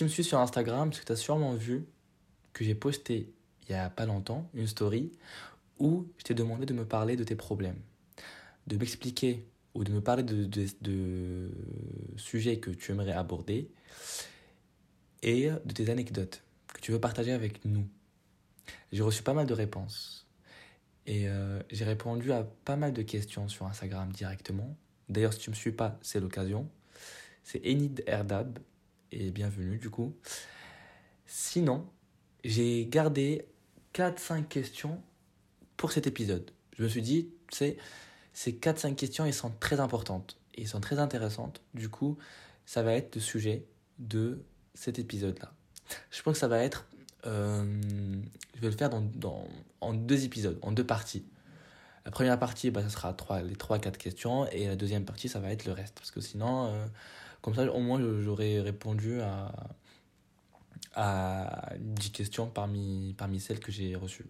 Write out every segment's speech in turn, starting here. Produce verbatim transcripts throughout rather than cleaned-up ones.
tu me suis sur Instagram, c'est que tu as sûrement vu que j'ai posté il n'y a pas longtemps une story où je t'ai demandé de me parler de tes problèmes, de m'expliquer ou de me parler de, de, de sujets que tu aimerais aborder et de tes anecdotes que tu veux partager avec nous. J'ai reçu pas mal de réponses et euh, j'ai répondu à pas mal de questions sur Instagram directement. D'ailleurs, si tu ne me suis pas, c'est l'occasion. C'est Enid Erdab et bienvenue du coup. Sinon, j'ai gardé quatre cinq questions pour cet épisode. Je me suis dit, tu sais, ces quatre cinq questions, elles sont très importantes et elles sont très intéressantes. Du coup, ça va être le sujet de cet épisode-là. Je pense que ça va être... Euh, je vais le faire dans, dans, en deux épisodes, en deux parties. La première partie, bah, ça sera trois, les trois quatre questions. Et la deuxième partie, ça va être le reste. Parce que sinon, euh, comme ça, au moins, j'aurais répondu à, à dix questions parmi, parmi celles que j'ai reçues.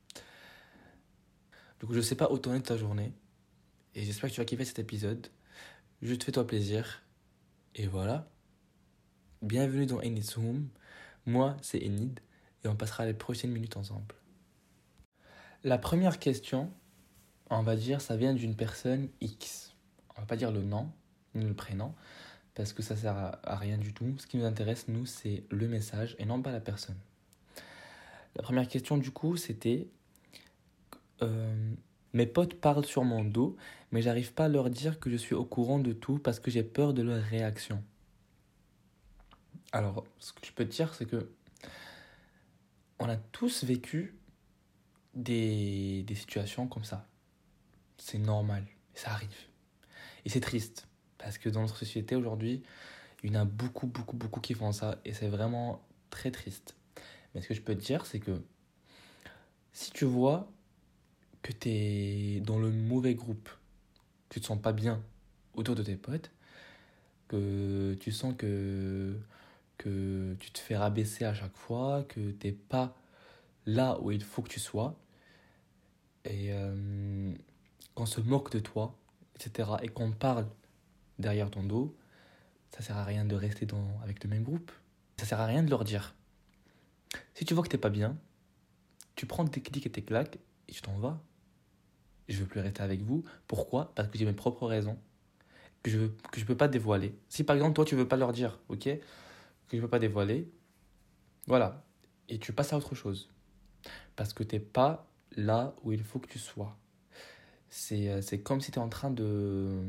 Du coup, je ne sais pas où t'en es de ta journée. Et j'espère que tu vas kiffer cet épisode. Juste fais-toi plaisir. Et voilà. Bienvenue dans Enid's Home. Moi, c'est Enid. Et on passera les prochaines minutes ensemble. La première question, on va dire, ça vient d'une personne X. On va pas dire le nom, ni le prénom, parce que ça sert à, à rien du tout. Ce qui nous intéresse, nous, c'est le message et non pas la personne. La première question, du coup, c'était... Euh, mes potes parlent sur mon dos, mais j'arrive pas à leur dire que je suis au courant de tout parce que j'ai peur de leur réaction. Alors, ce que je peux te dire, c'est que on a tous vécu des, des situations comme ça. C'est normal, ça arrive. Et c'est triste, parce que dans notre société aujourd'hui, il y en a beaucoup, beaucoup, beaucoup qui font ça, et c'est vraiment très triste. Mais ce que je peux te dire, c'est que si tu vois que tu es dans le mauvais groupe, que tu te sens pas bien autour de tes potes, que tu sens que, que tu te fais rabaisser à chaque fois, que tu n'es pas là où il faut que tu sois, et euh, qu'on se moque de toi, et cetera, et qu'on parle derrière ton dos, ça sert à rien de rester dans, avec le même groupe. Ça sert à rien de leur dire. Si tu vois que t'es pas bien, tu prends tes clics et tes claques et tu t'en vas. Je veux plus rester avec vous. Pourquoi ? Parce que j'ai mes propres raisons que je que je peux pas dévoiler. Si par exemple toi tu veux pas leur dire, ok, que je peux pas dévoiler, voilà, et tu passes à autre chose parce que t'es pas là où il faut que tu sois. C'est c'est comme si tu es en train de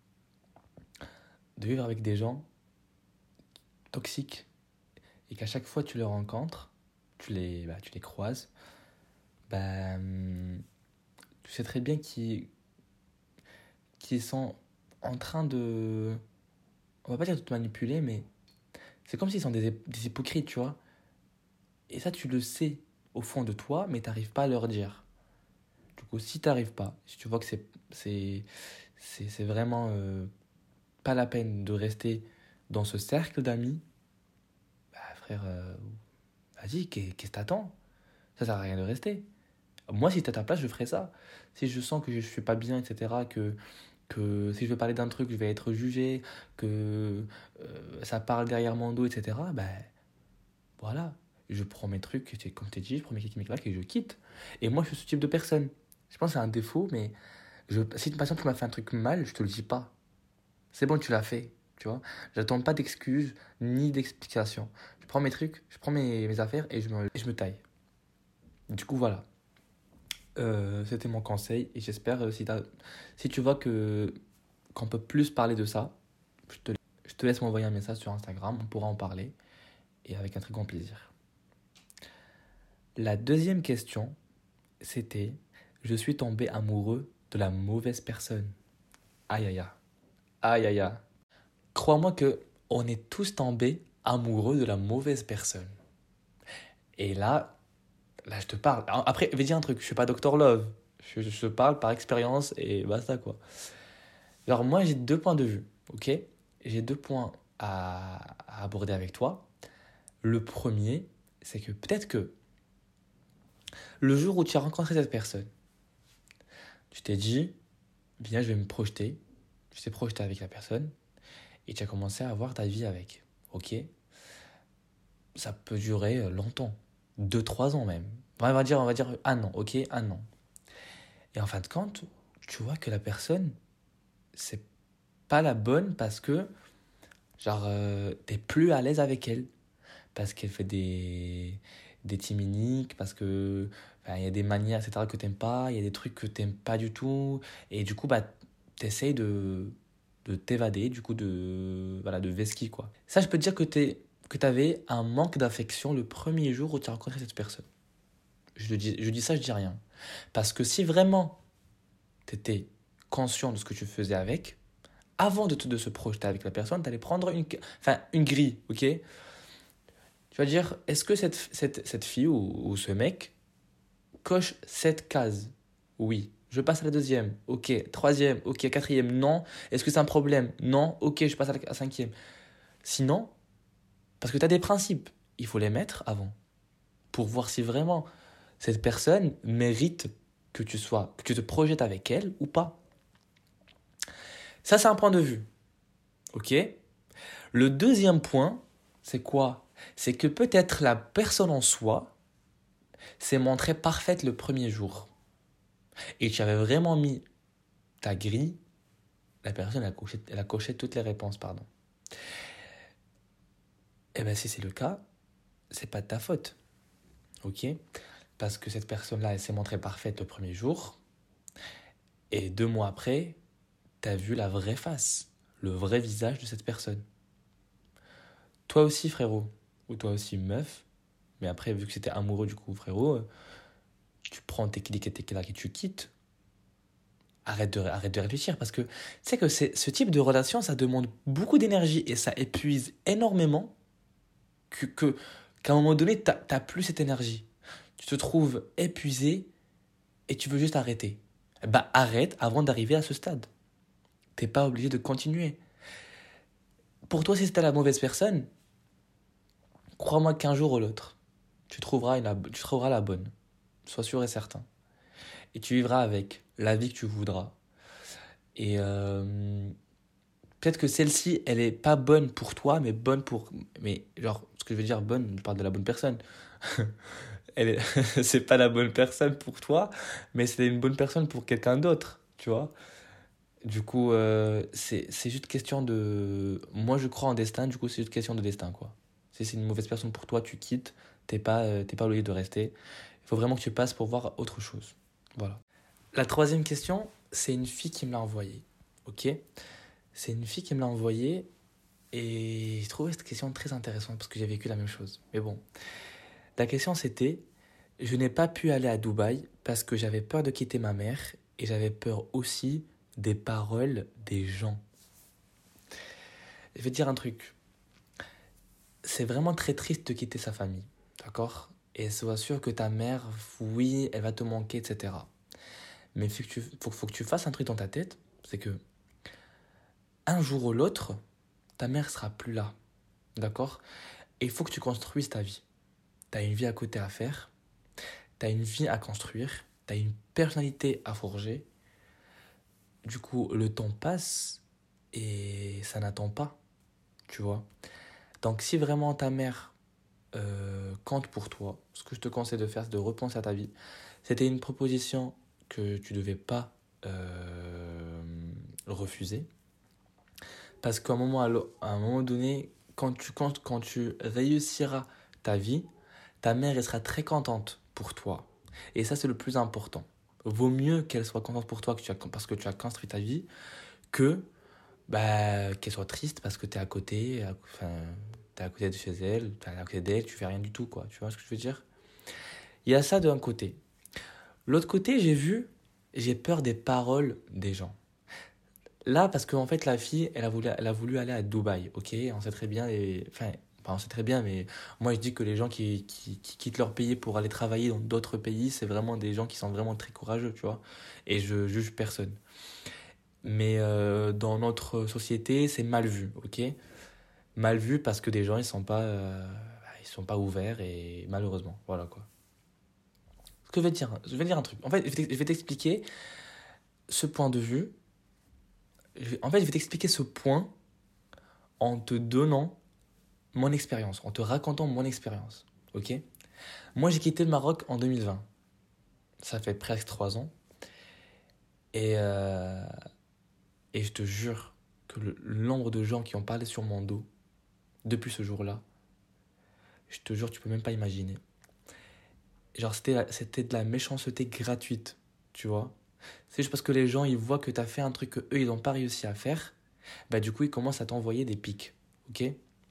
de vivre avec des gens toxiques et qu'à chaque fois que tu les rencontres, tu les, bah, tu les croises, bah, hum, tu sais très bien qu'ils, qu'ils sont en train de... On va pas dire de te manipuler, mais c'est comme s'ils sont des, des hypocrites, tu vois. Et ça, tu le sais au fond de toi, mais t'arrives pas à leur dire. Du coup, si t'arrives pas, si tu vois que c'est, c'est, c'est, c'est vraiment euh, pas la peine de rester dans ce cercle d'amis, bah frère, euh, vas-y, qu'est- qu'est-ce que t'attends ? Ça sert à rien de rester. Moi, si j'étais à ta place, je ferais ça. Si je sens que je suis pas bien, et cetera, que, que si je veux parler d'un truc, je vais être jugé, que euh, ça parle derrière mon dos, et cetera, ben voilà. Je prends mes trucs, comme tu t'ai dit, je prends mes kicks, mes claques et je quitte. Et moi, je suis ce type de personne. Je pense que c'est un défaut, mais je, si par exemple tu m'as fait un truc mal, je te le dis pas. C'est bon, tu l'as fait, tu vois. J'attends pas d'excuses ni d'explications. Je prends mes trucs, je prends mes, mes affaires et je me, et je me taille. Du coup, voilà. Euh, c'était mon conseil et j'espère euh, si, t'as- si tu vois que qu'on peut plus parler de ça, je te, je te laisse m'envoyer un message sur Instagram, on pourra en parler et avec un très grand plaisir. La deuxième question, c'était je suis tombé amoureux de la mauvaise personne. Aïe aïe aïe. Aïe aïe aïe. Crois-moi que on est tous tombés amoureux de la mauvaise personne. Et là, là je te parle. Après, je vais dire un truc, je suis pas docteur Love. Je, je te parle par expérience et basta quoi. Alors moi j'ai deux points de vue, ok? J'ai deux points à, à aborder avec toi. Le premier, c'est que peut-être que le jour où tu as rencontré cette personne, tu t'es dit, viens, je vais me projeter. Tu t'es projeté avec la personne et tu as commencé à avoir ta vie avec, ok? ça peut durer longtemps. Deux, trois ans même. On va dire, on va dire un an, ok? Un an. Et en fin de compte, tu vois que la personne, c'est pas la bonne parce que, genre, euh, t'es plus à l'aise avec elle. Parce qu'elle fait des, des timiniques, parce que, enfin, il y a des manières, et cetera, que t'aimes pas, il y a des trucs que t'aimes pas du tout. Et du coup, bah, t'essayes de, de t'évader, du coup, de, voilà, de vesquy, quoi. Ça, je peux te dire que t'es, que t'avais un manque d'affection le premier jour où tu as rencontré cette personne. Je dis, je dis ça, je dis rien. Parce que si vraiment t'étais conscient de ce que tu faisais avec, avant de, te, de se projeter avec la personne, t'allais prendre une, enfin, une grille, ok? Tu vas dire, est-ce que cette, cette, cette fille ou, ou ce mec coche cette case? Oui. Je passe à la deuxième. Ok. Troisième. Ok. Quatrième. Non. Est-ce que c'est un problème? Non. Ok. Je passe à la à cinquième. Sinon, parce que tu as des principes, il faut les mettre avant pour voir si vraiment cette personne mérite que tu sois, que tu te projettes avec elle ou pas. Ça, c'est un point de vue. Ok? Le deuxième point, c'est quoi? C'est que peut-être la personne en soi s'est montrée parfaite le premier jour. Et tu avais vraiment mis ta grille, la personne elle a, coché, elle a coché toutes les réponses, pardon. Et bien si c'est le cas, c'est pas de ta faute. Ok? Parce que cette personne-là, elle s'est montrée parfaite le premier jour. Et deux mois après, tu as vu la vraie face, le vrai visage de cette personne. Toi aussi, frérot, ou toi aussi, meuf, mais après, vu que c'était amoureux du coup, frérot, tu prends tes clics et tes claques et tu quittes. Arrête de, arrête de réfléchir parce que tu sais que c'est, ce type de relation, ça demande beaucoup d'énergie et ça épuise énormément que, que, qu'à un moment donné, tu n'as plus cette énergie. Tu te trouves épuisé et tu veux juste arrêter. Bah arrête avant d'arriver à ce stade. T'es pas obligé de continuer. Pour toi, si c'était la mauvaise personne, crois-moi qu'un jour ou l'autre, tu trouveras, une, tu trouveras la bonne. Sois sûr et certain. Et tu vivras avec la vie que tu voudras. Et euh, peut-être que celle-ci, elle est pas bonne pour toi, mais bonne pour... Mais genre, ce que je veux dire bonne, je parle de la bonne personne. Elle est... c'est pas la bonne personne pour toi, mais c'est une bonne personne pour quelqu'un d'autre, tu vois. Du coup, euh, c'est, c'est juste question de... Moi, je crois en destin, du coup, c'est juste question de destin, quoi. Si c'est une mauvaise personne pour toi, tu quittes, t'es pas, euh, t'es pas obligé de rester. Il faut vraiment que tu passes pour voir autre chose. Voilà. La troisième question, c'est une fille qui me l'a envoyée, ok? C'est une fille qui me l'a envoyée et j'ai trouvé cette question très intéressante parce que j'ai vécu la même chose. Mais bon, la question c'était, je n'ai pas pu aller à Dubaï parce que j'avais peur de quitter ma mère et j'avais peur aussi des paroles des gens. Je vais te dire un truc. C'est vraiment très triste de quitter sa famille, d'accord? Et sois sûr que ta mère, oui, elle va te manquer, et cetera. Mais il faut que tu, faut, faut que tu fasses un truc dans ta tête, c'est que un jour ou l'autre, ta mère sera plus là, d'accord? Et il faut que tu construises ta vie. Tu as une vie à côté à faire, tu as une vie à construire, tu as une personnalité à forger. Du coup, le temps passe et ça n'attend pas, tu vois. Donc, si vraiment ta mère euh, compte pour toi, ce que je te conseille de faire, c'est de repenser à ta vie. C'était une proposition que tu ne devais pas euh, refuser. Parce qu'à un moment, à un moment donné, quand tu, quand, quand tu réussiras ta vie, ta mère elle sera très contente pour toi. Et ça, c'est le plus important. Vaut mieux qu'elle soit contente pour toi que tu as, parce que tu as construit ta vie que bah, qu'elle soit triste parce que tu es à côté, enfin, tu es à côté de chez elle, tu es à côté d'elle, tu fais rien du tout, quoi. Tu vois ce que je veux dire? Il y a ça d'un côté. L'autre côté, j'ai vu, j'ai peur des paroles des gens. Là, parce qu'en fait, la fille, elle a voulu, elle a voulu aller à Dubaï, ok? On sait très bien, et, enfin, enfin, on sait très bien, mais moi, je dis que les gens qui, qui, qui quittent leur pays pour aller travailler dans d'autres pays, c'est vraiment des gens qui sont vraiment très courageux, tu vois? Et je juge personne. Mais euh, dans notre société, c'est mal vu, ok? Mal vu parce que des gens, ils sont pas, euh, ils sont pas ouverts et malheureusement, voilà quoi. Ce que je vais te dire, je vais te dire un truc. En fait, je vais t'expliquer ce point de vue. En fait, je vais t'expliquer ce point en te donnant mon expérience, en te racontant mon expérience. Ok ? Moi, j'ai quitté le Maroc en deux mille vingt. Ça fait presque trois ans. Et, euh, et je te jure que le, le nombre de gens qui ont parlé sur mon dos depuis ce jour-là, je te jure, tu peux même pas imaginer. Genre, c'était, c'était de la méchanceté gratuite, tu vois. C'est juste parce que les gens, ils voient que tu as fait un truc que eux ils n'ont pas réussi à faire. Bah, du coup, ils commencent à t'envoyer des pics. Ok ?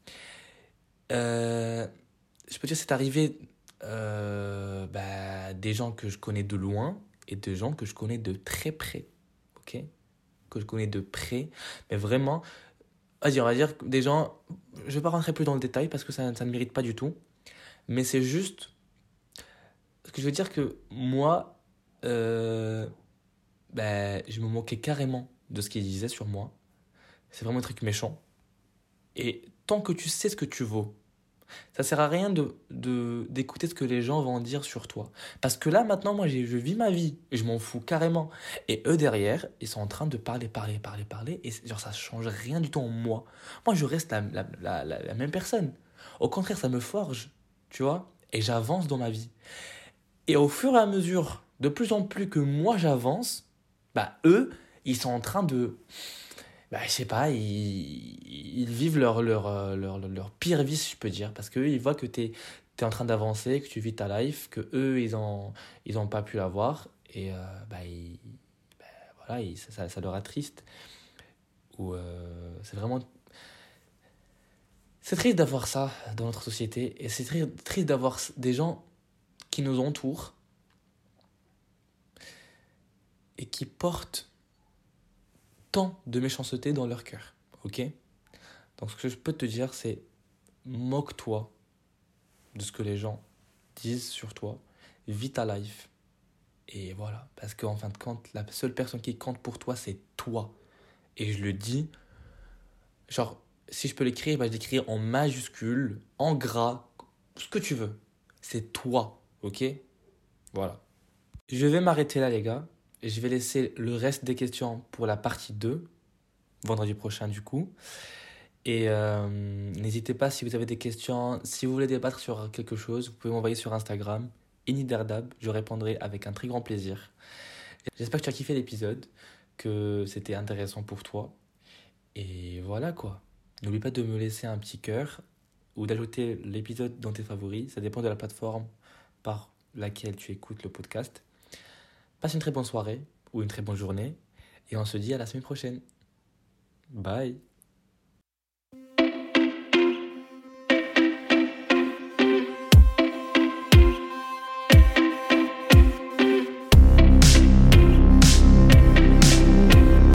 Euh, je peux dire, c'est arrivé euh, bah, des gens que je connais de loin et des gens que je connais de très près. Ok ? Que je connais de près. Mais vraiment, vas-y, on va dire que des gens. Je vais pas rentrer plus dans le détail parce que ça, ça ne mérite pas du tout. Mais c'est juste. Ce que je veux dire que moi, euh, bah, je me moquais carrément de ce qu'ils disaient sur moi. C'est vraiment un truc méchant. Et tant que tu sais ce que tu vaux, ça sert à rien de, de, d'écouter ce que les gens vont dire sur toi. Parce que là, maintenant, moi, j'ai, je vis ma vie. Et je m'en fous carrément. Et eux, derrière, ils sont en train de parler, parler, parler, parler. Et genre, ça change rien du tout en moi. Moi, je reste la, la, la, la, la même personne. Au contraire, ça me forge. Tu vois ? Et j'avance dans ma vie. Et au fur et à mesure, de plus en plus que moi, j'avance, bah, eux, ils sont en train de bah, je sais pas, ils, ils vivent leur, leur, euh, leur, leur, leur pire vie, si je peux dire. Parce qu'eux, ils voient que tu es en train d'avancer, que tu vis ta life, que eux, ils ont, ils ont pas pu l'avoir. Et euh, bah, ils, bah, voilà, ils, ça, ça, ça leur attriste. Ou euh, c'est vraiment. C'est triste d'avoir ça dans notre société. Et c'est tri- triste d'avoir des gens qui nous entourent et qui portent tant de méchanceté dans leur cœur. Ok ? Donc, ce que je peux te dire, c'est moque-toi de ce que les gens disent sur toi, vis ta life. Et voilà, parce qu'en fin de compte, la seule personne qui compte pour toi, c'est toi. Et je le dis, genre, si je peux l'écrire, bah, je l'écris en majuscule, en gras, ce que tu veux. C'est toi, ok ? Voilà. Je vais m'arrêter là, les gars. Et je vais laisser le reste des questions pour la partie deux, vendredi prochain du coup. Et euh, n'hésitez pas si vous avez des questions, si vous voulez débattre sur quelque chose, vous pouvez m'envoyer sur Instagram, Iniderdab, je répondrai avec un très grand plaisir. J'espère que tu as kiffé l'épisode, que c'était intéressant pour toi. Et voilà quoi. N'oublie pas de me laisser un petit cœur ou d'ajouter l'épisode dans tes favoris, ça dépend de la plateforme par laquelle tu écoutes le podcast. Passe une très bonne soirée ou une très bonne journée et on se dit à la semaine prochaine. Bye.